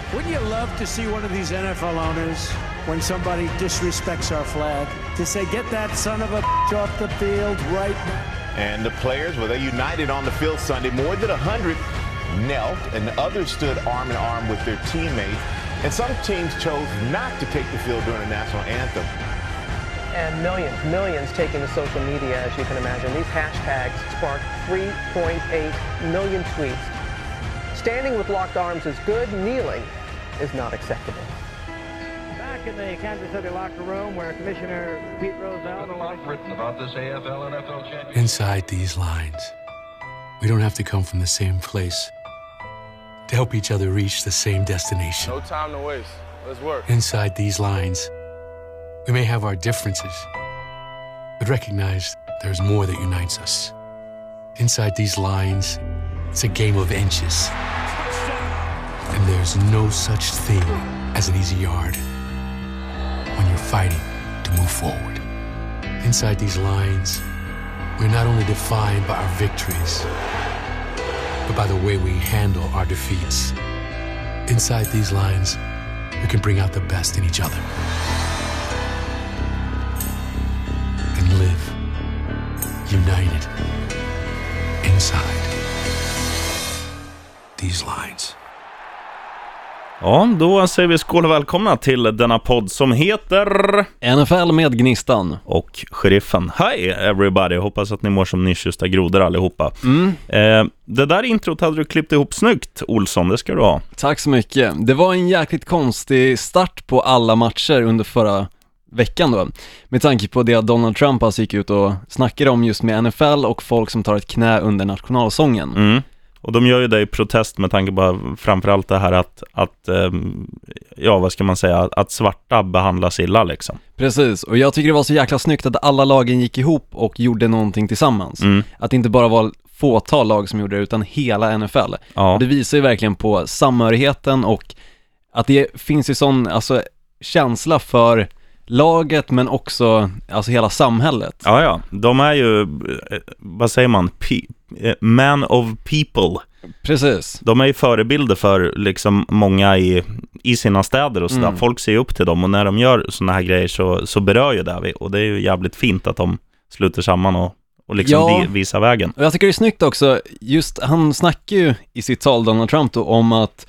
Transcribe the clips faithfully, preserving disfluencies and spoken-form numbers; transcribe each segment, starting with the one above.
Wouldn't you love to see one of these N F L owners, when somebody disrespects our flag, to say, get that son of a bitch off the field right now? And the players, well, they united on the field Sunday. More than one hundred knelt, and others stood arm in arm with their teammates. And some teams chose not to take the field during the national anthem. And millions, millions taking to social media, as you can imagine. These hashtags sparked three point eight million tweets. Standing with locked arms is good, kneeling is not acceptable. Back in the Kansas City locker room where Commissioner Pete Rozelle... There's a lot written about this A F L N F L championship. Inside these lines, we don't have to come from the same place to help each other reach the same destination. No time to waste. Let's work. Inside these lines, we may have our differences, but recognize there's more that unites us. Inside these lines, it's a game of inches. And there's no such thing as an easy yard when you're fighting to move forward. Inside these lines, we're not only defined by our victories, but by the way we handle our defeats. Inside these lines, we can bring out the best in each other. And live united inside these lines. Ja, då säger vi skål och välkomna till denna podd som heter N F L med Gnistan och Sheriffen. Hi everybody, hoppas att ni mår som nykösta grodor allihopa. Mm. Eh, det där introt hade du klippt ihop snyggt, Olsson, det ska du ha. Tack så mycket. Det var en jäkligt konstig start på alla matcher under förra veckan då. Med tanke på det att Donald Trump alltså gick ut och snackade om just med N F L och folk som tar ett knä under nationalsången. Mm. Och de gör ju det i protest med tanke på framförallt det här att, att ja, vad ska man säga, att svarta behandlas illa liksom. Precis, och jag tycker det var så jäkla snyggt att alla lagen gick ihop och gjorde någonting tillsammans. Mm. Att det inte bara var fåtal lag som gjorde det utan hela N F L. Ja. Och det visar ju verkligen på samhörigheten och att det finns ju sån alltså, känsla för laget men också alltså hela samhället. Ja, ja. De är ju, vad säger man, P- man of people. Precis. De är ju förebilder för liksom många i, i sina städer och sådär. Mm. Folk ser upp till dem och när de gör såna här grejer så, så berör ju det. Och det är ju jävligt fint att de sluter samman och, och liksom ja. visar vägen. Och jag tycker det är snyggt också, just han snackar ju i sitt tal, Donald Trump då, om att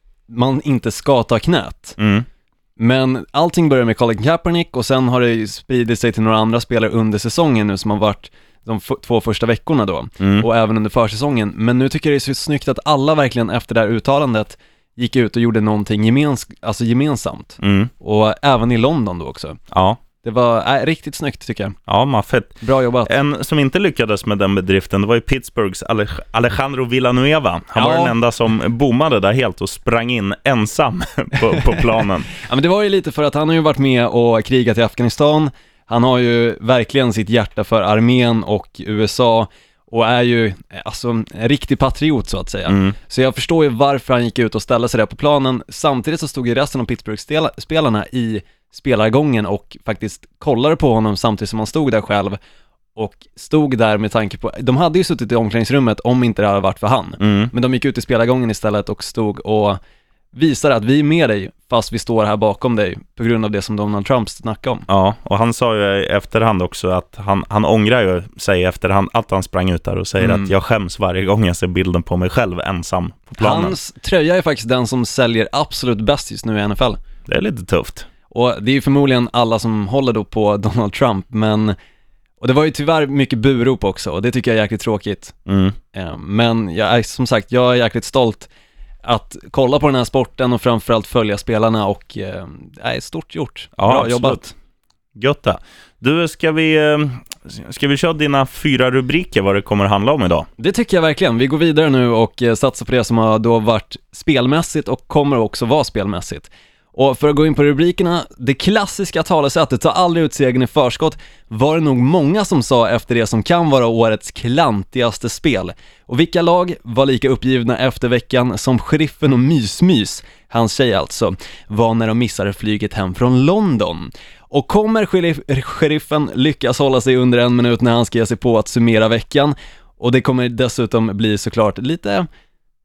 man inte ska ta knät. Mm. Men allting börjar med Colin Kaepernick och sen har det spridit sig till några andra spelare under säsongen nu som har varit de f- två första veckorna då. Mm. Och även under försäsongen. Men nu tycker jag det är så snyggt att alla verkligen efter det här uttalandet gick ut och gjorde någonting gemens- alltså gemensamt. Mm. Och även i London då också. Ja. Det var äh, riktigt snyggt tycker jag. Ja, maffet. Bra jobbat. En som inte lyckades med den bedriften, det var ju Pittsburghs Ale- Alejandro Villanueva. Han ja. var den enda som bommade där helt och sprang in ensam på, på planen. Ja, men det var ju lite för att han har ju varit med och krigat i Afghanistan. Han har ju verkligen sitt hjärta för armén och U S A och är ju alltså en riktig patriot så att säga. Mm. Så jag förstår ju varför han gick ut och ställde sig där på planen. Samtidigt så stod ju resten av Pittsburgh-spelarna i spelargången och faktiskt kollade på honom samtidigt som han stod där själv och stod där med tanke på, de hade ju suttit i omklädningsrummet om inte det hade varit för han. Mm. Men de gick ut i spelargången istället och stod och visade att vi är med dig fast vi står här bakom dig på grund av det som Donald Trump snackade om. Ja, och han sa ju i efterhand också att han, han ångrar ju sig efterhand att han sprang ut där och säger Mm. att jag skäms varje gång jag ser bilden på mig själv ensam på planen. Hans tröja är faktiskt den som säljer absolut bäst just nu i N F L. Det är lite tufft. Och det är ju förmodligen alla som håller då på Donald Trump, men och det var ju tyvärr mycket burop också och det tycker jag är jäkligt tråkigt. Mm. Men jag är som sagt, jag är jäkligt stolt att kolla på den här sporten och framförallt följa spelarna och äh, är stort gjort. Ja, bra absolut. jobbat. Götta. Du, ska vi, ska vi köra dina fyra rubriker vad det kommer att handla om idag? Det tycker jag verkligen. Vi går vidare nu och satsar på det som har då varit spelmässigt och kommer också vara spelmässigt. Och för att gå in på rubrikerna, det klassiska talesättet, ta aldrig ut segern i förskott, var det nog många som sa efter det som kan vara årets klantigaste spel. Och vilka lag var lika uppgivna efter veckan som Sheriffen och Mysmys, hans tjej alltså, var när de missade flyget hem från London. Och kommer sheriff- Sheriffen lyckas hålla sig under en minut när han ska ge sig på att summera veckan. Och det kommer dessutom bli såklart lite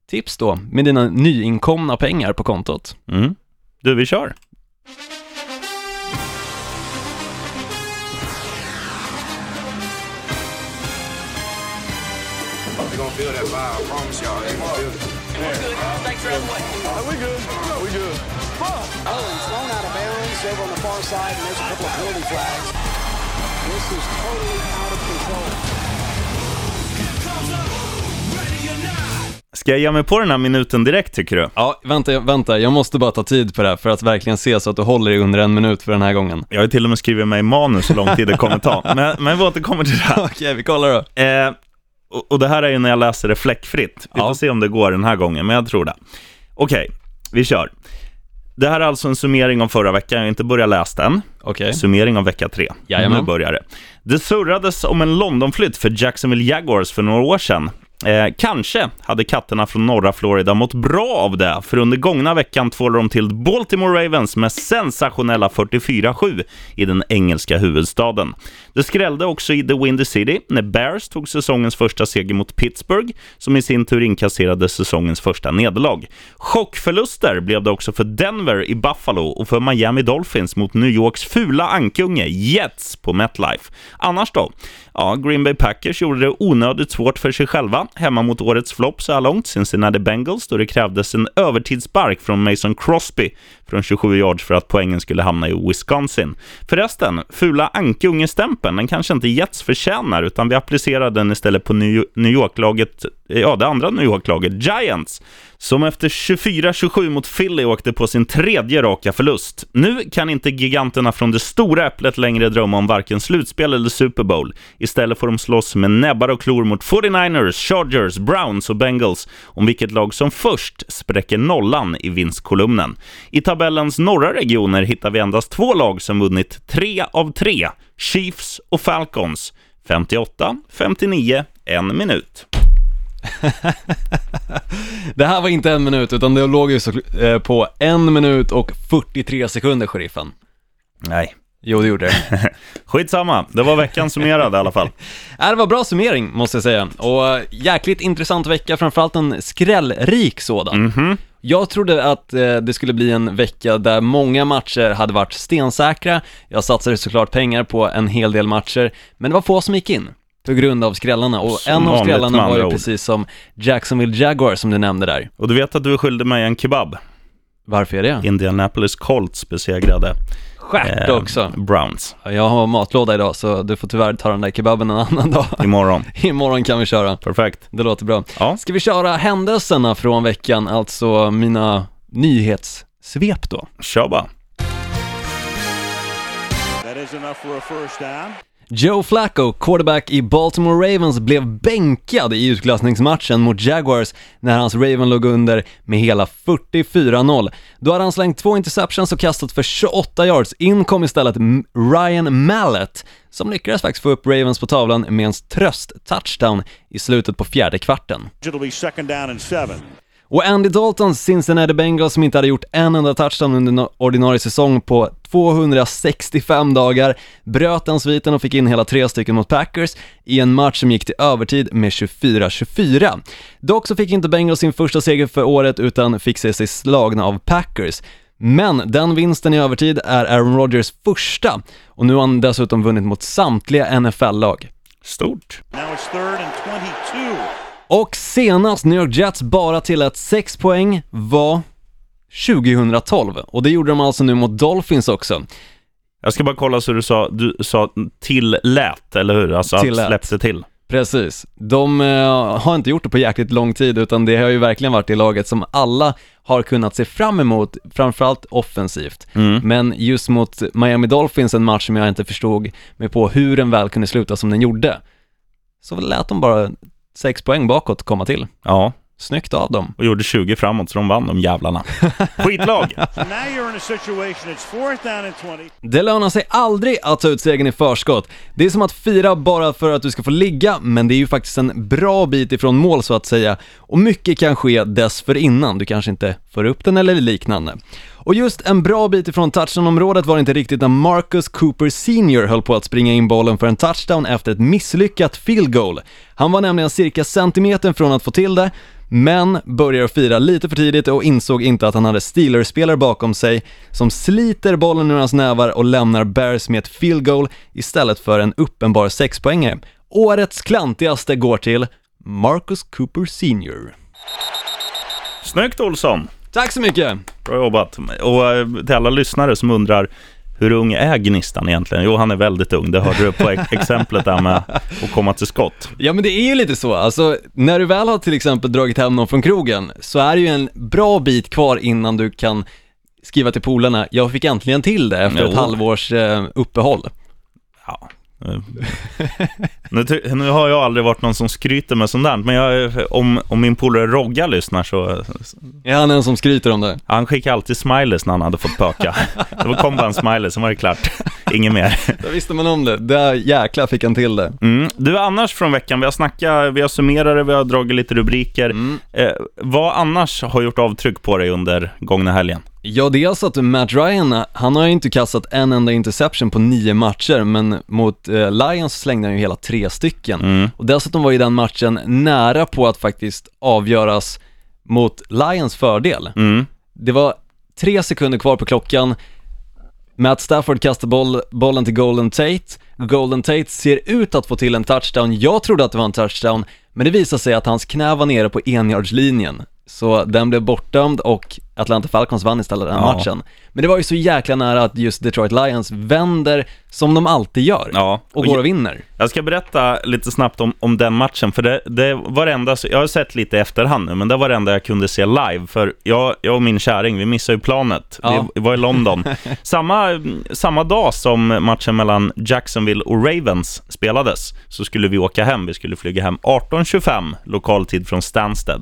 tips då med dina nyinkomna pengar på kontot. Mm. Du, vi kör. You're gonna feel that vibe, I promise y'all. You're gonna feel it. We're good. Thanks for having me. We good. We good. Oh, he's thrown out of bounds over on the far side, and there's a couple of penalty flags. This is totally out of control. Ska jag ge mig på den här minuten direkt, tycker du? Ja, vänta, vänta, jag måste bara ta tid på det här för att verkligen se så att du håller dig under en minut för den här gången. Jag har till och med skrivit mig i manus hur lång tid det kommer ta. Men, men vi återkommer till det här. Okej, vi kollar då. Eh, och, och det här är ju när jag läser det fläckfritt. Vi Ja. får se om det går den här gången, men jag tror det. Okej, vi kör. Det här är alltså en summering av förra veckan. Jag har inte börjat läsa den. Okej. Summering av vecka tre. Jajamän. Nu börjar det. Det surrades om en Londonflytt för Jacksonville Jaguars för några år sedan. Eh, kanske hade katterna från norra Florida mått bra av det, för under gångna veckan tvålade de till Baltimore Ravens med sensationella fyrtiofyra sju i den engelska huvudstaden. Det skrällde också i The Windy City när Bears tog säsongens första seger mot Pittsburgh, som i sin tur inkasserade säsongens första nederlag. Chockförluster blev det också för Denver i Buffalo och för Miami Dolphins mot New Yorks fula ankunge Jets på MetLife. Annars då? Ja, Green Bay Packers gjorde det onödigt svårt för sig själva hemma mot årets flopp så här långt, Cincinnati Bengals, då det krävdes en övertidsspark från Mason Crosby från tjugosju yards för att poängen skulle hamna i Wisconsin. Förresten, fula ankungestämpeln, den kanske inte Jets förtjänar, utan vi applicerar den istället på New York-laget, ja, det andra New York-laget, Giants, som efter tjugofyra tjugosju mot Philly åkte på sin tredje raka förlust. Nu kan inte giganterna från det stora äpplet längre drömma om varken slutspel eller Super Bowl. Istället får de slåss med näbbar och klor mot fyrtionioers, Chargers, Browns och Bengals om vilket lag som först spräcker nollan i vinstkolumnen. I tabellens norra regioner hittar vi endast två lag som vunnit tre av tre, Chiefs och Falcons. femtioåtta femtionio, en minut. Det här var inte en minut, utan det låg ju så, eh, på en minut och fyrtiotre sekunder, sheriffen. Nej. Jo, det gjorde det. Skitsamma, det var veckan summerad i alla fall. äh, Det var bra summering, måste jag säga. Och jäkligt intressant vecka, framförallt en skrällrik sådan. Mm-hmm. Jag trodde att eh, det skulle bli en vecka där många matcher hade varit stensäkra. Jag satsade såklart pengar på en hel del matcher, men det var få som gick in på grund av skrällarna. Och som en av skrällarna var ju ord. precis som Jacksonville Jaguars som du nämnde där. Och du vet att du skyllde mig en kebab. Varför är det? Indianapolis Colts besegrade Stjärt också. Browns. Jag har matlåda idag, så du får tyvärr ta den där kebaben en annan dag. Imorgon. Imorgon kan vi köra. Perfekt. Det låter bra. Ja. Ska vi köra händelserna från veckan, alltså mina nyhetssvep då? Kör bara. That is enough for a first down. Joe Flacco, quarterback i Baltimore Ravens, blev bänkad i utklassningsmatchen mot Jaguars när hans Raven låg under med hela fyrtiofyra noll. Då hade han slängt två interceptions och kastat för tjugoåtta yards. In kom istället Ryan Mallett, som lyckades faktiskt få upp Ravens på tavlan med en tröst-touchdown i slutet på fjärde kvarten. It'll be second down and seven. Och Andy Daltons Cincinnati Bengals, som inte hade gjort en enda touchdown under ordinarie säsong på tvåhundrasextiofem dagar, bröt den sviten och fick in hela tre stycken mot Packers i en match som gick till övertid med tjugofyra tjugofyra. Dock så fick inte Bengals sin första seger för året, utan fick se sig slagna av Packers. Men den vinsten i övertid är Aaron Rodgers första, och nu har han dessutom vunnit mot samtliga N F L-lag. Stort. Now it's third and twenty-two. Och senast New York Jets bara tillät sex poäng var tjugotolv. Och det gjorde de alltså nu mot Dolphins också. Jag ska bara kolla så du sa, du sa tillät, eller hur? Alltså Tillät. att släppte till. Precis. De eh, har inte gjort det på jäkligt lång tid, utan det har ju verkligen varit i laget som alla har kunnat se fram emot, framförallt offensivt. Mm. Men just mot Miami Dolphins, en match som jag inte förstod mig på hur den väl kunde sluta som den gjorde, så lät de bara sex poäng bakåt komma till. Ja. Snyggt av dem. Och gjorde tjugo framåt, så de vann, de jävlarna. Skitlag! So now you're in a situation, it's fourth down and twenty. Det lönar sig aldrig att ta ut segern i förskott. Det är som att fira bara för att du ska få ligga, men det är ju faktiskt en bra bit ifrån mål så att säga. Och mycket kan ske dessförinnan. Du kanske inte för upp den eller liknande. Och just en bra bit ifrån touchdown-området var det inte riktigt när Marcus Cooper senior höll på att springa in bollen för en touchdown efter ett misslyckat field goal. Han var nämligen cirka centimeter från att få till det, men började fira lite för tidigt och insåg inte att han hade Steelers-spelare bakom sig som sliter bollen ur hans nävar och lämnar Bears med ett field goal istället för en uppenbar sexpoängare. Årets klantigaste går till Marcus Cooper senior. Snyggt, Olsson! Tack så mycket! Bra jobbat. Och till alla lyssnare som undrar, hur ung är Gnistan egentligen? Jo, han är väldigt ung. Det hörde du på exemplet där med att komma till skott. Ja, men det är ju lite så. Alltså, när du väl har till exempel dragit hem någon från krogen så är det ju en bra bit kvar innan du kan skriva till polarna. Jag fick äntligen till det efter jo. ett halvårs eh, uppehåll. Ja. nu, nu har jag aldrig varit någon som skryter med sånt där, men jag, om, om min polare Rogga lyssnar så... Är han en som skryter om det? Han skickar alltid smileys när han hade fått pöka. Det kom bara en smiley, så var det klart. Ingen mer. Då visste man om det. Där jäkla fick han till det. Mm. Du, annars från veckan, vi har snackat, vi har summerat, vi har dragit lite rubriker. Mm. Eh, vad annars har gjort avtryck på dig under gångna helgen? Ja, det är alltså att Matt Ryan, han har ju inte kastat en enda interception på nio matcher, men mot eh, Lions slängde han ju hela tre stycken. Mm. Och dessutom var ju den matchen nära på att faktiskt avgöras mot Lions fördel. Mm. Det var tre sekunder kvar på klockan. Matt Stafford kastar boll, bollen till Golden Tate. Golden Tate ser ut att få till en touchdown. Jag trodde att det var en touchdown, men det visade sig att hans knä var nere på enjardslinjen. Så den blev bortdömd och Atlanta Falcons vann istället den ja. matchen. Men det var ju så jäkla nära att just Detroit Lions vänder som de alltid gör ja. och, och går och vinner. Jag ska berätta lite snabbt om, om den matchen, för det, det var det enda, jag har sett lite efterhand nu, men det var det enda jag kunde se live, för jag, jag och min käring, vi missade ju planet. Ja. Vi var i London. samma, samma dag som matchen mellan Jacksonville och Ravens spelades så skulle vi åka hem, vi skulle flyga hem arton tjugofem lokaltid från Stansted.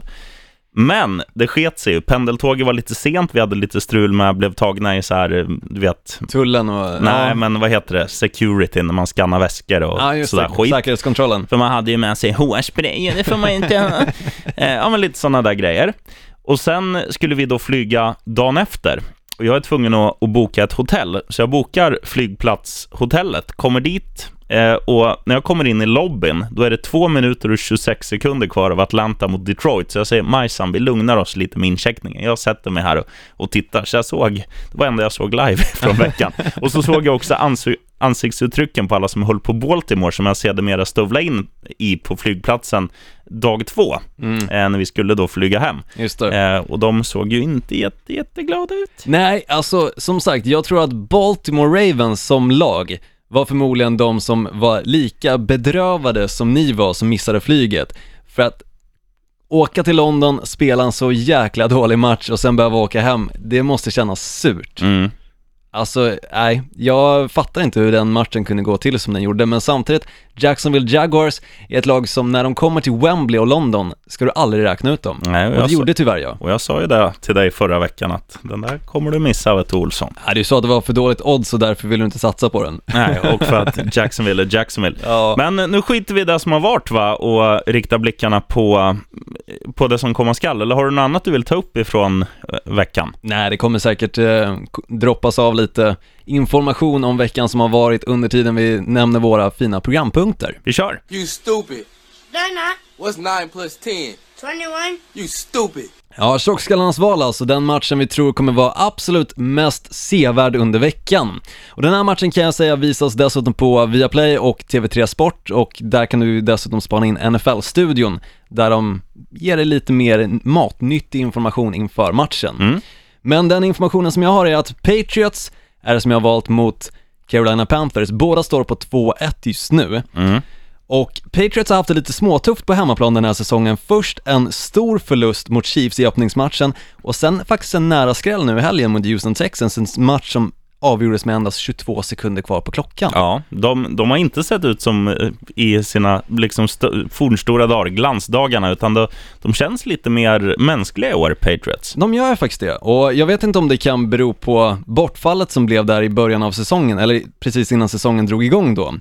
Men det sket sig ju. Pendeltåget var lite sent. Vi hade lite strul med, blev tagna i så här, du vet, tullen och... Nej, ja. men vad heter det? Security, när man skannar väskor och ja, sådär det. skit. Säkerhetskontrollen. För man hade ju med sig hårspray, det får man inte ha. Ja, men lite sådana där grejer. Och sen skulle vi då flyga dagen efter. Och jag är tvungen att, att boka ett hotell. Så jag bokar flygplatshotellet, kommer dit. Eh, och när jag kommer in i lobbyn, då är det två minuter och tjugosex sekunder kvar av Atlanta mot Detroit. Så jag säger, Majsan, vi lugnar oss lite med incheckningen. Jag sätter mig här och, och tittar. Så jag såg, det var enda jag såg live från veckan. Och så såg jag också ans- ansiktsuttrycken på alla som höll på Baltimore, som jag sedermera stövla in i på flygplatsen dag två, mm. eh, när vi skulle då flyga hem. Just det. Eh, och de såg ju inte jätte, jätteglada ut. Nej, alltså som sagt, jag tror att Baltimore Ravens som lag var förmodligen de som var lika bedrövade som ni var som missade flyget. För att åka till London, spela en så jäkla dålig match och sen behöva åka hem, det måste kännas surt. Mm. Alltså, nej, jag fattar inte hur den matchen kunde gå till som den gjorde, men samtidigt, Jacksonville Jaguars är ett lag som när de kommer till Wembley och London ska du aldrig räkna ut dem. Nej, och, och det så, gjorde tyvärr jag. Och jag sa ju det till dig förra veckan att den där kommer du missa av ett Olsson. Ja, du sa att det var för dåligt odds och därför vill du inte satsa på den. Nej, och för att Jacksonville är Jacksonville. Ja. Men nu skiter vi det som har varit, va, och riktar blickarna på, på det som komma skall. Eller har du något annat du vill ta upp ifrån veckan? Nej, det kommer säkert eh, droppas av lite information om veckan som har varit under tiden vi nämner våra fina programpunkter. Vi kör! You stupid. They're not. What's nine plus ten? twenty-one. You stupid. Ja, Tjockskallarnas val, alltså den matchen vi tror kommer vara absolut mest sevärd under veckan. Och den här matchen kan jag säga visas dessutom på Viaplay och T V tre Sport, och där kan du dessutom spana in N F L-studion där de ger dig lite mer matnyttig information inför matchen. Mm. Men den informationen som jag har är att Patriots är det som jag har valt mot Carolina Panthers. Båda står på två ett just nu. Mm. Och Patriots har haft det lite småtufft på hemmaplan den här säsongen. Först en stor förlust mot Chiefs i öppningsmatchen och sen faktiskt en nära skräll nu i helgen mot Houston Texans, en match som avgjordes med endast tjugotvå sekunder kvar på klockan. Ja, de, de har inte sett ut som i sina liksom st- fornstora dagar, glansdagarna, utan de, de känns lite mer mänskliga i år, Patriots. De gör faktiskt det, och jag vet inte om det kan bero på bortfallet som blev där i början av säsongen, eller precis innan säsongen drog igång då.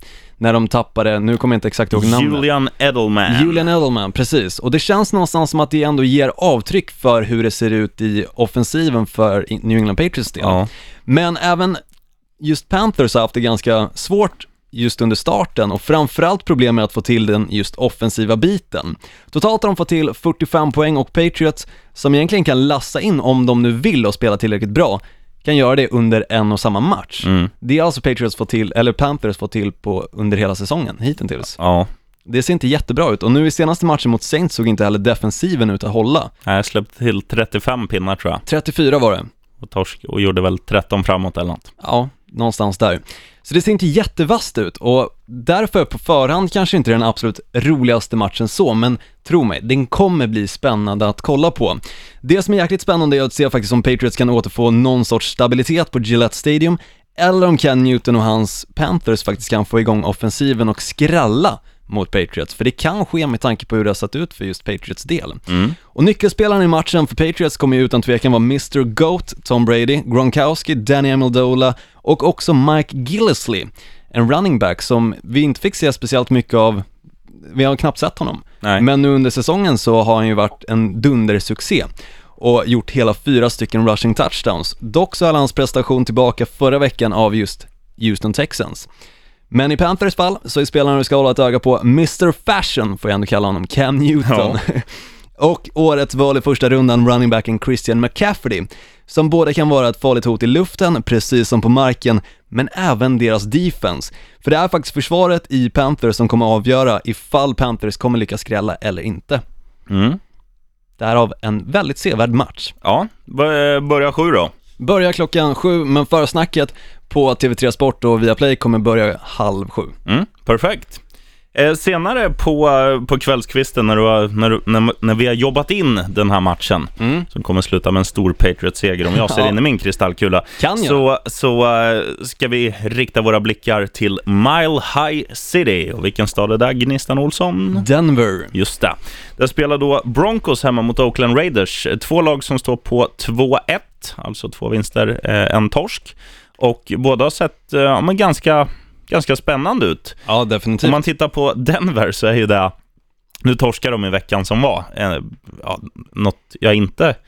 när de tappade, nu kommer jag inte exakt ihåg namnet. Julian Edelman. Julian Edelman, precis. Och det känns någonstans som att det ändå ger avtryck för hur det ser ut i offensiven för New England Patriots del. Ja. Men även just Panthers har haft det ganska svårt just under starten och framförallt problem med att få till den just offensiva biten. Totalt har de fått till fyrtiofem poäng och Patriots, som egentligen kan lassa in om de nu vill och spela tillräckligt bra, kan göra det under en och samma match. Mm. Det är alltså Patriots fått till, eller Panthers fått till på under hela säsongen hittills. Ja. Det ser inte jättebra ut och nu i senaste matchen mot Saints såg inte heller defensiven ut att hålla. Jag släppte till trettiofem pinnar tror jag. trettiofyra var det. Och torsk och gjorde väl tretton framåt eller något. Ja, någonstans där. Så det ser inte jättevast ut och därför på förhand kanske inte den absolut roligaste matchen så, men tro mig, den kommer bli spännande att kolla på. Det som är jäkligt spännande är att se faktiskt om Patriots kan återfå någon sorts stabilitet på Gillette Stadium eller om Ken Newton och hans Panthers faktiskt kan få igång offensiven och skralla mot Patriots, för det kan ske med tanke på hur det har sett ut för just Patriots del. Mm. Och nyckelspelaren i matchen för Patriots kommer ju utan tvekan vara mister Goat, Tom Brady, Gronkowski, Danny Amendola och också Mike Gillislee, en running back som vi inte fick se speciellt mycket av. Vi har knappt sett honom. Nej. Men nu under säsongen så har han ju varit en dundersuccé och gjort hela fyra stycken rushing touchdowns. Dock så är hans prestation tillbaka förra veckan av just Houston Texans. Men i Panthers fall så är spelaren vi ska hålla ett öga på mister Fashion, får jag ändå kalla honom, Cam Newton. Ja. Och årets val i första rundan running backen Christian McCaffrey, som både kan vara ett farligt hot i luften, precis som på marken, men även deras defense. För det är faktiskt försvaret i Panthers som kommer avgöra ifall Panthers kommer lyckas skrälla eller inte. Mm. Därav en väldigt sevärd match. Ja, börja sju då. Börjar klockan sju, men försnacket på T V tre Sport och Viaplay kommer börja halv sju. Mm, perfekt. Eh, senare på, på kvällskvisten när, du har, när, du, när, när vi har jobbat in den här matchen mm. som kommer sluta med en stor Patriots-seger om jag ser ja. in i min kristallkula, kan så, så uh, ska vi rikta våra blickar till Mile High City. Och vilken stad är där, Gnistan Olsson? Denver. Just det. Där spelar då Broncos hemma mot Oakland Raiders. Två lag som står på två ett, alltså två vinster, eh, en torsk. Och båda har sett eh, men ganska... ganska spännande ut. Ja, definitivt. Om man tittar på Denver så är ju det, nu torskar de i veckan som var, eh, ja, något jag inte eh,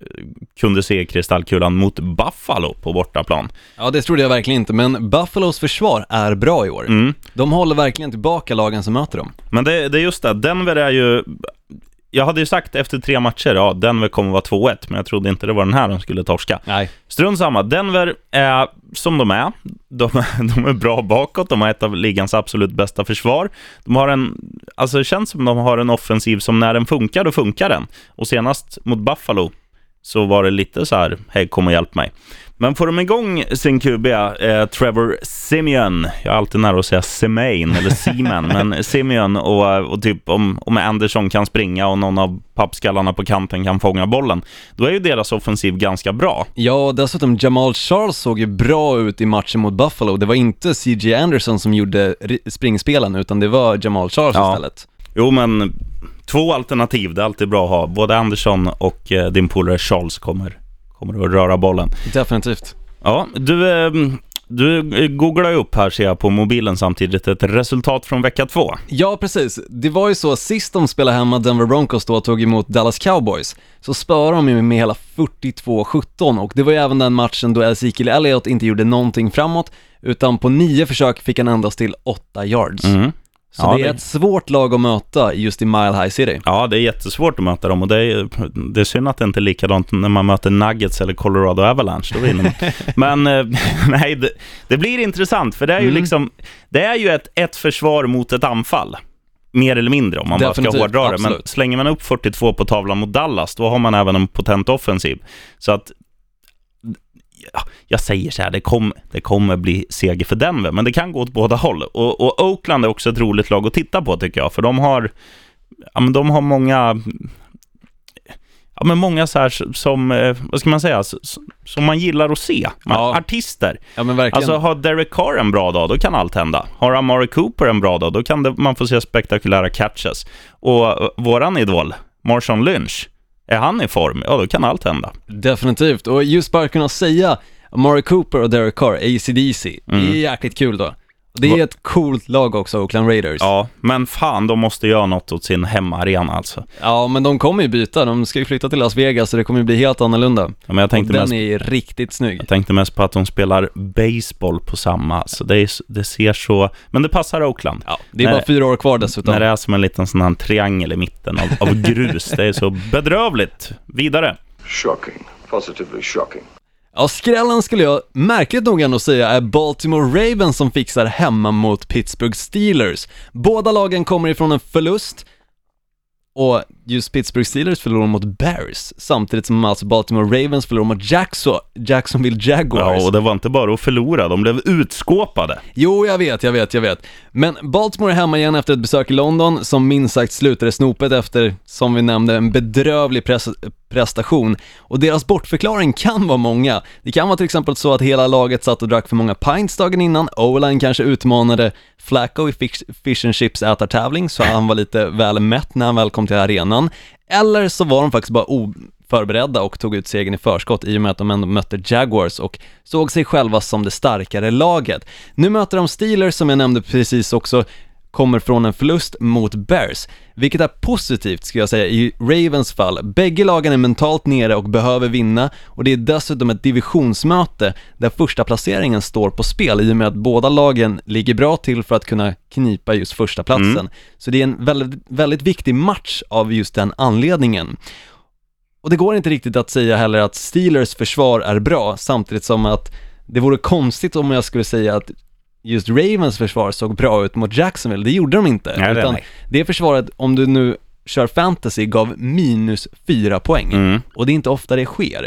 kunde se i kristallkulan, mot Buffalo på bortaplan. Ja, det trodde jag verkligen inte, men Buffalos försvar är bra i år. Mm. De håller verkligen tillbaka lagen som möter dem. Men det, det är just det, Denver är ju, jag hade ju sagt efter tre matcher, ja, Denver kommer vara två ett, men jag trodde inte det var den här de skulle torska. Nej. Strunt samma, Denver är som de är. De, de är bra bakåt, de har ett av ligans absolut bästa försvar. De har en, alltså det känns som de har en offensiv som när den funkar, då funkar den. Och senast mot Buffalo så var det lite så här, hej, kom och hjälp mig. Men får de igång sin Q B, eh, Trevor Siemian, jag är alltid nära att säga Semain eller Seaman, men Siemian och, och typ om, om Anderson kan springa och någon av pappskallarna på kanten kan fånga bollen, då är ju deras offensiv ganska bra. Ja, dessutom Jamal Charles såg ju bra ut i matchen mot Buffalo. Det var inte C J Anderson som gjorde springspelen, utan det var Jamal Charles ja. istället. Jo, men två alternativ, det är alltid bra att ha. Både Anderson och eh, din polare Charles kommer kommer att röra bollen. Definitivt. Ja, du, eh, du googlar upp här, ser jag på mobilen samtidigt, ett resultat från vecka två. Ja, precis. Det var ju så, sist de spelade hemma Denver Broncos då tog emot Dallas Cowboys, så spörade de ju med hela fyrtiotvå sjutton, och det var ju även den matchen då Ezekiel Elliott inte gjorde någonting framåt, utan på nio försök fick han endast till åtta yards. Mm. Så ja, det är det... ett svårt lag att möta just i Mile High City. Ja, det är jättesvårt att möta dem, och det är, det är synd att det inte är likadant när man möter Nuggets eller Colorado Avalanche. Då vinner man. Men nej, det, det blir intressant, för det är ju mm. liksom, det är ju ett, ett försvar mot ett anfall. Mer eller mindre, om man Definitivt, bara ska hårdra det. Men slänger man upp fyrtiotvå på tavlan mot Dallas, då har man även en potent offensiv. Så att ja, jag säger så här, det, kom, det kommer bli seger för Denver, men det kan gå åt båda håll. Och, och Oakland är också ett roligt lag att titta på, tycker jag, för de har, ja, men de har många, ja, men många så här som, vad ska man säga, som man gillar att se. Ja. Artister. Ja, men verkligen. Alltså, har Derek Carr en bra dag, då kan allt hända. Har Amari Cooper en bra dag, då kan det, man få se spektakulära catches. Och våran idol, Marshawn Lynch, är han i form? Ja, då kan allt hända. Definitivt. Och just bara kunna säga Amari Cooper och Derek Carr, A C D C, mm. det är jäkligt kul då. Det är ett coolt lag också, Oakland Raiders. Ja, men fan, de måste göra något åt sin hemmaarena alltså. Ja, men de kommer ju byta. De ska ju flytta till Las Vegas, så det kommer ju bli helt annorlunda. Ja, men jag tänkte och den mest, är riktigt snygg. Jag tänkte mest på att de spelar baseball på samma. Så det, är, det ser så... Men det passar Oakland. Ja, det är när, bara fyra år kvar dessutom. När det är som en liten sån här triangel i mitten av, av grus. Det är så bedrövligt. Vidare. Shocking. Positively shocking. Ja, skrällen skulle jag märkligt nog ändå säga är Baltimore Ravens som fixar hemma mot Pittsburgh Steelers. Båda lagen kommer ifrån en förlust och just Pittsburgh Steelers förlorar mot Bears samtidigt som alltså Baltimore Ravens förlorar mot Jackson, Jacksonville Jaguars. Ja, och det var inte bara att förlora, de blev utskåpade. Jo, jag vet, jag vet, jag vet. Men Baltimore är hemma igen efter ett besök i London som minst sagt slutade snopet efter, som vi nämnde, en bedrövlig pres- prestation. Och deras bortförklaring kan vara många. Det kan vara till exempel så att hela laget satt och drack för många pints dagen innan. O-line kanske utmanade Flacco i fish, fish and chips ätartävling så han var lite väl mätt när han väl kom till arenan. Eller så var de faktiskt bara oförberedda och tog ut segern i förskott i och med att de ändå mötte Jaguars och såg sig själva som det starkare laget. Nu möter de Steelers som jag nämnde precis också, kommer från en förlust mot Bears, vilket är positivt ska jag säga i Ravens fall. Bägge lagen är mentalt nere och behöver vinna och det är dessutom ett divisionsmöte där första placeringen står på spel i och med att båda lagen ligger bra till för att kunna knipa just första platsen. Mm. Så det är en väldigt, väldigt viktig match av just den anledningen. Och det går inte riktigt att säga heller att Steelers försvar är bra samtidigt som att det vore konstigt om jag skulle säga att just Ravens försvar såg bra ut mot Jacksonville. Det gjorde de inte. Nej, utan det, det försvaret, om du nu kör fantasy, gav minus fyra poäng. Mm. Och det är inte ofta det sker.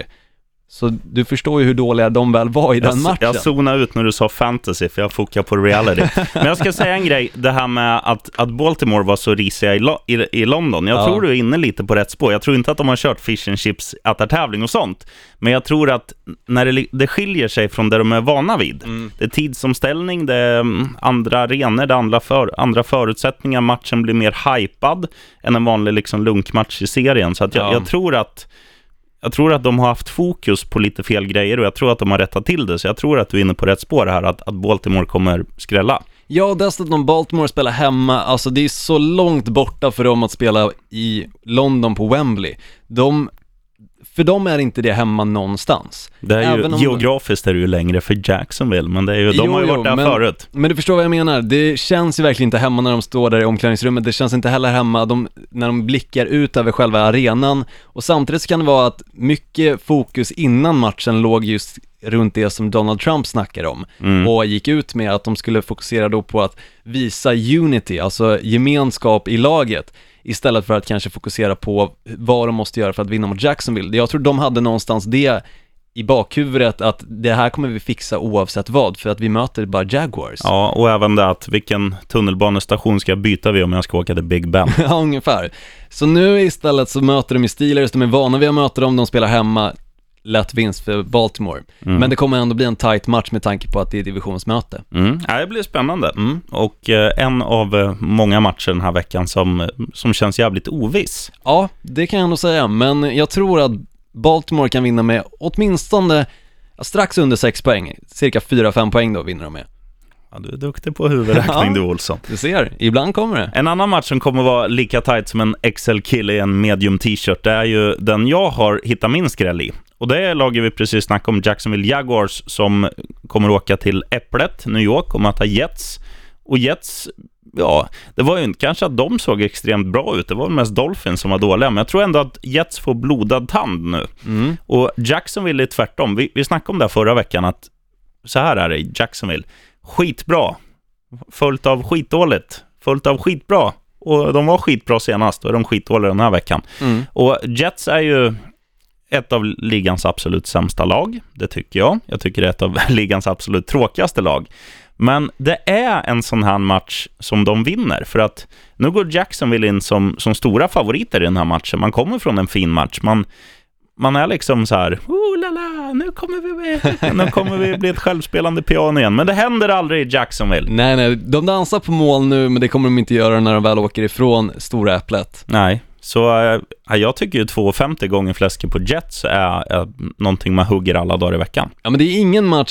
Så du förstår ju hur dåliga de väl var i den jag, matchen. Jag zonade ut när du sa fantasy för jag fokar på reality. Men jag ska säga en grej, det här med att, att Baltimore var så risiga i, Lo- i, i London. Jag ja. tror du är inne lite på rätt spår. Jag tror inte att de har kört fish and chips ätartävling och sånt. Men jag tror att när det, det skiljer sig från det de är vana vid. Mm. Det är tidsomställning, det är andra arenor, det är andra, för, andra förutsättningar. Matchen blir mer hypad än en vanlig liksom, lunkmatch i serien. Så att jag, ja. jag tror att Jag tror att de har haft fokus på lite fel grejer och jag tror att de har rättat till det. Så jag tror att du är inne på rätt spår här, att, att Baltimore kommer skrälla. Ja, dessutom Baltimore spelar hemma. Alltså det är så långt borta för dem att spela i London på Wembley. De, för dem är inte det hemma någonstans. Det är ju, geografiskt är det ju längre för Jacksonville, men det är ju, de jo, har ju varit jo, där men, förut. Men du förstår vad jag menar. Det känns ju verkligen inte hemma när de står där i omklädningsrummet. Det känns inte heller hemma de, när de blickar ut över själva arenan. Och samtidigt så kan det vara att mycket fokus innan matchen låg just runt det som Donald Trump snackar om. Mm. Och gick ut med att de skulle fokusera då på att visa unity, alltså gemenskap i laget, istället för att kanske fokusera på vad de måste göra för att vinna mot Jacksonville. Jag tror de hade någonstans det i bakhuvudet, att det här kommer vi fixa oavsett vad, för att vi möter bara Jaguars. Ja, och även det att vilken tunnelbanestation ska jag byta vid om jag ska åka till Big Ben. Ja, ungefär. Så nu istället så möter de Steelers, de är vana vid att möta dem, de spelar hemma. Lätt vinst för Baltimore. Mm. Men det kommer ändå bli en tight match med tanke på att det är divisionsmöte. Mm. Ja, det blir spännande. Mm. Och eh, en av eh, många matcher den här veckan som, som känns jävligt oviss. Ja, det kan jag ändå säga. Men jag tror att Baltimore kan vinna med åtminstone strax under sex poäng. Cirka fyra fem poäng då vinner de med. Ja, du är duktig på huvudräkning, ja, du Olsson. Du ser, ibland kommer det. En annan match som kommer vara lika tight som en X L-kille i en medium t-shirt, det är ju den jag har hittat min skräll i. Och det är laget vi precis snackade om, Jacksonville Jaguars, som kommer åka till Äpplet, New York, och möta Jets. Och Jets, ja, det var ju inte kanske att de såg extremt bra ut. Det var mest Dolphins som var dåliga. Men jag tror ändå att Jets får blodad tand nu. Mm. Och Jacksonville är tvärtom. Vi, vi snackade om det förra veckan, att så här är det i Jacksonville. Skitbra, följt av skitdåligt, följt av skitbra. Och de var skitbra senast, och de skitdåliga den här veckan. Mm. Och Jets är ju ett av ligans absolut sämsta lag, det tycker jag. Jag tycker det är ett av ligans absolut tråkigaste lag. Men det är en sån här match som de vinner, för att nu går Jacksonville in som, som stora favoriter i den här matchen. Man kommer från en fin match. Man, man är liksom så här, oh lala, nu kommer vi med, nu kommer vi bli ett självspelande piano igen. Men det händer aldrig i Jacksonville. Nej, nej, de dansar på mål nu, men det kommer de inte göra när de väl åker ifrån Stora Äpplet. Nej. Så äh, jag tycker ju två femtio gånger fläsket på Jets är, är någonting man hugger alla dagar i veckan. Ja, men det är ingen match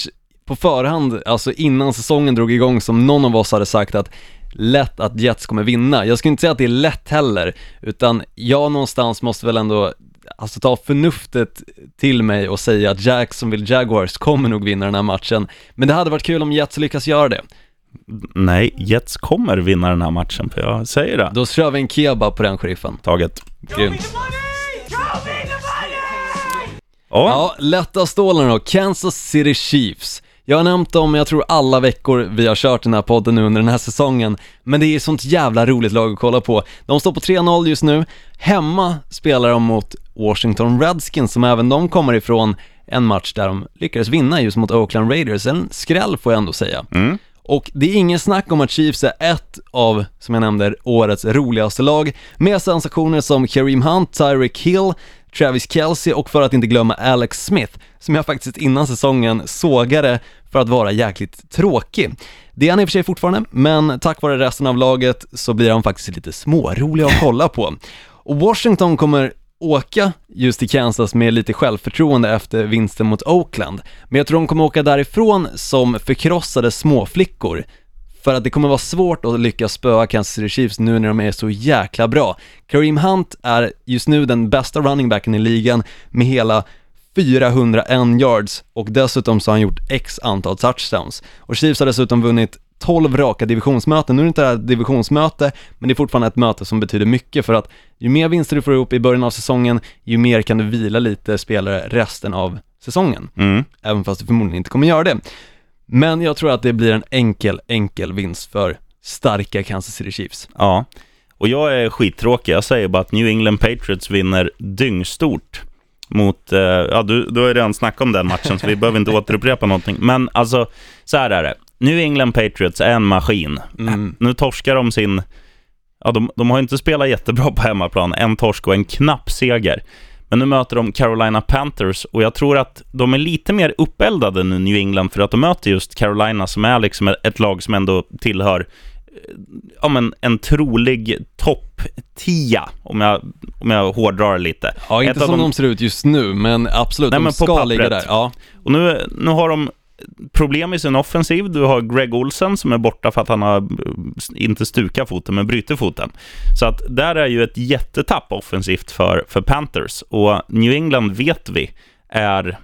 på förhand, alltså innan säsongen drog igång, som någon av oss hade sagt att lätt att Jets kommer vinna. Jag skulle inte säga att det är lätt heller, utan jag någonstans måste väl ändå alltså ta förnuftet till mig och säga att Jacksonville Jaguars kommer nog vinna den här matchen. Men det hade varit kul om Jets lyckas göra det. Nej, Jets kommer vinna den här matchen, för jag säger det. Då kör vi en kebab på den, sheriffen. Taget. Grymt. Ja, ja lätta stålen då. Kansas City Chiefs. Jag har nämnt dem, jag tror alla veckor vi har kört den här podden nu under den här säsongen. Men det är sånt jävla roligt lag att kolla på. De står på tre noll just nu. Hemma spelar de mot Washington Redskins, som även de kommer ifrån en match där de lyckades vinna just mot Oakland Raiders. En skräll får jag ändå säga. Mm. Och det är ingen snack om att Chiefs är ett av, som jag nämnde, årets roligaste lag. Med sensationer som Kareem Hunt, Tyreek Hill, Travis Kelce och för att inte glömma Alex Smith, som jag faktiskt innan säsongen sågade för att vara jäkligt tråkig. Det är han i och för sig fortfarande, men tack vare resten av laget så blir han faktiskt lite smårolig att kolla på. Och Washington kommer åka just till Kansas med lite självförtroende efter vinsten mot Oakland. Men jag tror de kommer åka därifrån som förkrossade småflickor. För att det kommer vara svårt att lyckas spöa Kansas City Chiefs nu när de är så jäkla bra. Kareem Hunt är just nu den bästa running backen i ligan med hela fyrahundraen yards. Och dessutom så har han gjort x antal touchdowns. Och Chiefs har dessutom vunnit tolv raka divisionsmöten. Nu är det inte det här divisionsmöte, men det är fortfarande ett möte som betyder mycket, för att ju mer vinster du får ihop i början av säsongen, ju mer kan du vila lite spelare resten av säsongen. Mm. Även fast du förmodligen inte kommer göra det. Men jag tror att det blir en enkel, enkel vinst för starka Kansas City Chiefs. Ja, och jag är skittråkig. Jag säger bara att New England Patriots vinner dyngstort mot, eh, ja du, du har ju redan snackat om den matchen så vi behöver inte återupprepa någonting. Men alltså, så här är det. New England Patriots är en maskin. Mm. Nu torskar de sin, ja de, de har inte spelat jättebra på hemmaplan. En torsk och en knapp seger. Men nu möter de Carolina Panthers och jag tror att de är lite mer uppeldade nu, New England, för att de möter just Carolina som är liksom ett lag som ändå tillhör ja, men en trolig topp tia, om jag, om jag hårdrar lite. Ja, inte ett som de... de ser ut just nu, men absolut, Nej, de men ska ligga där. Ja. Och nu, nu har de problem i sin offensiv. Du har Greg Olsen som är borta för att han har inte stukat foten men bryter foten. Så att där är ju ett jättetapp offensivt för, för Panthers. Och New England vet vi är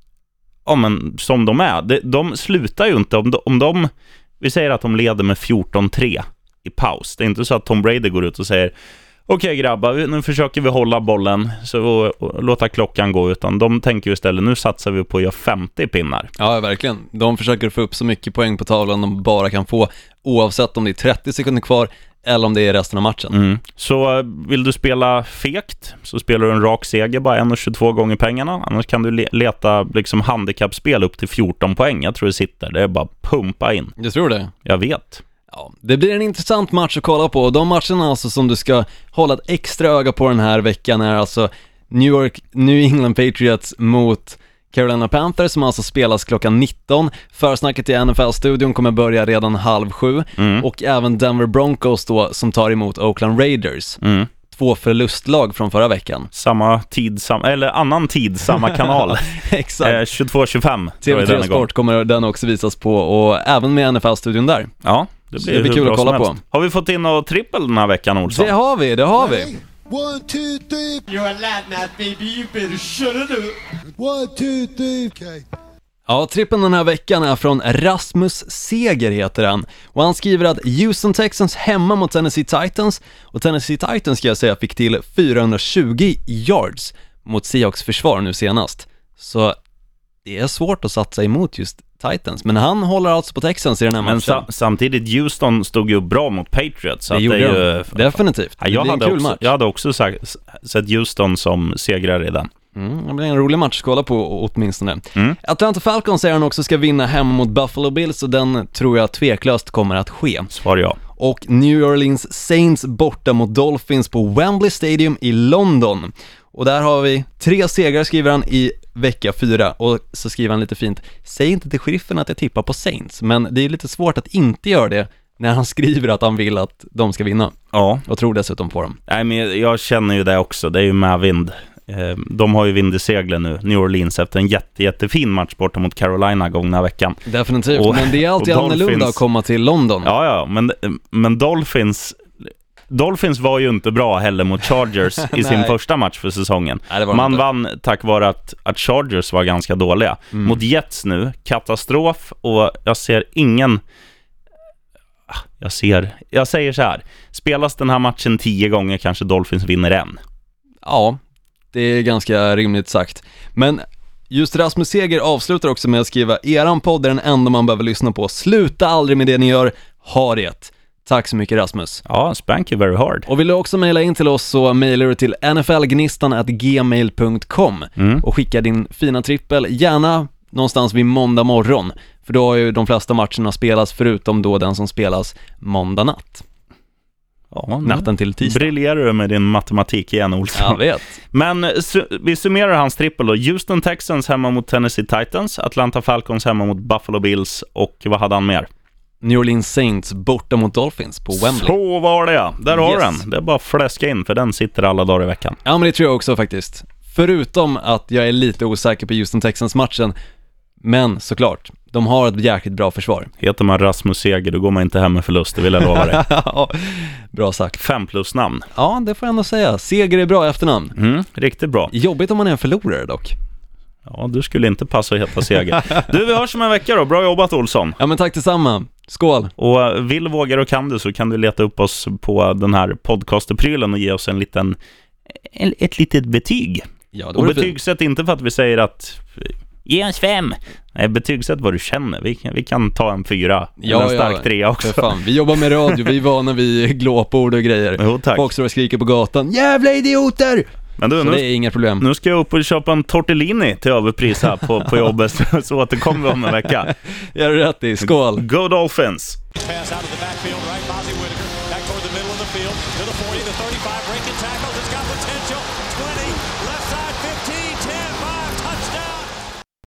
ja, men, som de är. De, de slutar ju inte om de, om de vi säger att de leder med fjorton tre i paus. Det är inte så att Tom Brady går ut och säger okej okay, grabbar, nu försöker vi hålla bollen så och, och låta klockan gå, utan de tänker ju istället, nu satsar vi på att göra femtio pinnar. Ja, verkligen. De försöker få upp så mycket poäng på tavlan de bara kan få, oavsett om det är trettio sekunder kvar eller om det är resten av matchen. Mm. Så vill du spela fekt så spelar du en rak seger, bara en och tjugotvå gånger pengarna. Annars kan du le- leta liksom handikappspel upp till fjorton poäng. Jag tror det sitter, det är bara pumpa in. Jag tror det. Jag vet. Ja, det blir en intressant match att kolla på. Och de matcherna alltså som du ska hålla ett extra öga på den här veckan är alltså New York, New England Patriots mot Carolina Panthers, som alltså spelas klockan nitton. Försnacket i N F L-studion kommer börja redan halv sju. Mm. Och även Denver Broncos då, som tar emot Oakland Raiders. Mm. Två förlustlag från förra veckan. Samma tid, sam- eller annan tid, samma kanal. Exakt. Eh, tjugotvå tjugofem. T V tre Sport kommer den också visas på, och även med N F L-studion där. Ja, det blir, det blir kul att kolla på. Har vi fått in något trippel den här veckan, Olsson? Det har vi, det har vi. One, two, three. You're a lad, baby. You better shut it up. One, two, three. Okay. Ja, trippen den här veckan är från Rasmus Seger, heter han. Och han skriver att Houston Texans hemma mot Tennessee Titans. Och Tennessee Titans, ska jag säga, fick till fyrahundratjugo yards mot Seahawks försvar nu senast. Så det är svårt att satsa emot just Titans. Men han håller alltså på Texans i den här matchen. Men sa- samtidigt, Houston stod ju bra mot Patriots. Så det att gjorde det är ju, definitivt. Ja, jag, det hade en kul också, match. jag hade också sagt, sett Houston som segrare i den. Mm, det blir en rolig match att kolla på åtminstone. Mm. Atlanta Falcons säger han också ska vinna hemma mot Buffalo Bills, och den tror jag tveklöst kommer att ske. Svar ja. Och New Orleans Saints borta mot Dolphins på Wembley Stadium i London. Och där har vi tre segrar, skriver han, i vecka fyra. Och så skriver han lite fint: säg inte till sheriffen att jag tippar på Saints. Men det är lite svårt att inte göra det när han skriver att han vill att de ska vinna. Ja. Och tror dessutom på dem. Nej, men jag känner ju det också. Det är ju med vind. Eh, de har ju vindseglen nu, New Orleans, efter en jätte, jättefin match borta mot Carolina gångna veckan. Definitivt, och, men det är alltid annorlunda att komma till London. Ja, ja, men, men Dolphins... Dolphins var ju inte bra heller mot Chargers i sin första match för säsongen. Nej, man inte. vann tack vare att, att Chargers var ganska dåliga. Mm. Mot Jets nu, katastrof, och jag ser ingen... Jag ser... Jag säger så här, spelas den här matchen tio gånger kanske Dolphins vinner en. Ja, det är ganska rimligt sagt. Men just Rasmus Seger avslutar också med att skriva: eran podd är den enda man behöver lyssna på. Sluta aldrig med det ni gör, ha det. Tack så mycket, Rasmus. Ja, spank you very hard. Och vill du också mejla in till oss, så mejlar du till n f l gnistan at gmail dot com mm. och skicka din fina trippel, gärna någonstans vid måndag morgon, för då har ju de flesta matcherna spelats, förutom då den som spelas måndag natt. Ja, natten till tisdag. Briljerar du med din matematik igen, Olsson? Jag vet. Men su- vi summerar hans trippel då. Houston Texans hemma mot Tennessee Titans, Atlanta Falcons hemma mot Buffalo Bills, och vad hade han mer? New Orleans Saints borta mot Dolphins på Wembley. Så var det, ja. Där har yes. den. Det är bara att fläska in, för den sitter alla dagar i veckan. Ja, men det tror jag också faktiskt. Förutom att jag är lite osäker på Houston Texans-matchen. Men såklart, de har ett jäkligt bra försvar. Heter man Rasmus Seger, då går man inte hem med förlust, det vill jag lova dig. Bra sagt. Fem plus namn. Ja, det får jag ändå säga. Seger är bra efternamn. Mm, riktigt bra. Jobbigt om man är en förlorare dock. Ja, du skulle inte passa att heta Seger. Du, vi hörs om en vecka då. Bra jobbat, Olsson. Ja, men tack detsamma. Skål. Och vill, vågar och kan du, så kan du leta upp oss på den här podcastprylen och ge oss en liten, en, ett litet betyg. Ja, det och betygsätt inte för att vi säger att ge oss fem. Nej, betygsätt vad du känner. Vi, vi kan ta en fyra. Ja, en stark ja, trea också. Fan. Vi jobbar med radio, vi är vana vid glåpord och grejer. Jo, tack. Folk står och skriker på gatan: jävla idioter! Men du, så nu, det är inga problem. Nu ska jag upp och köpa en tortellini till överpris här på, på jobbet. Så återkommer vi om en vecka. Jag är rätt i, skål. Go Dolphins! Pass out of the backfield, right, Bozzy Whitaker, back toward the middle of the field, to the forty, the thirty-five, breaking tackles, it's got potential.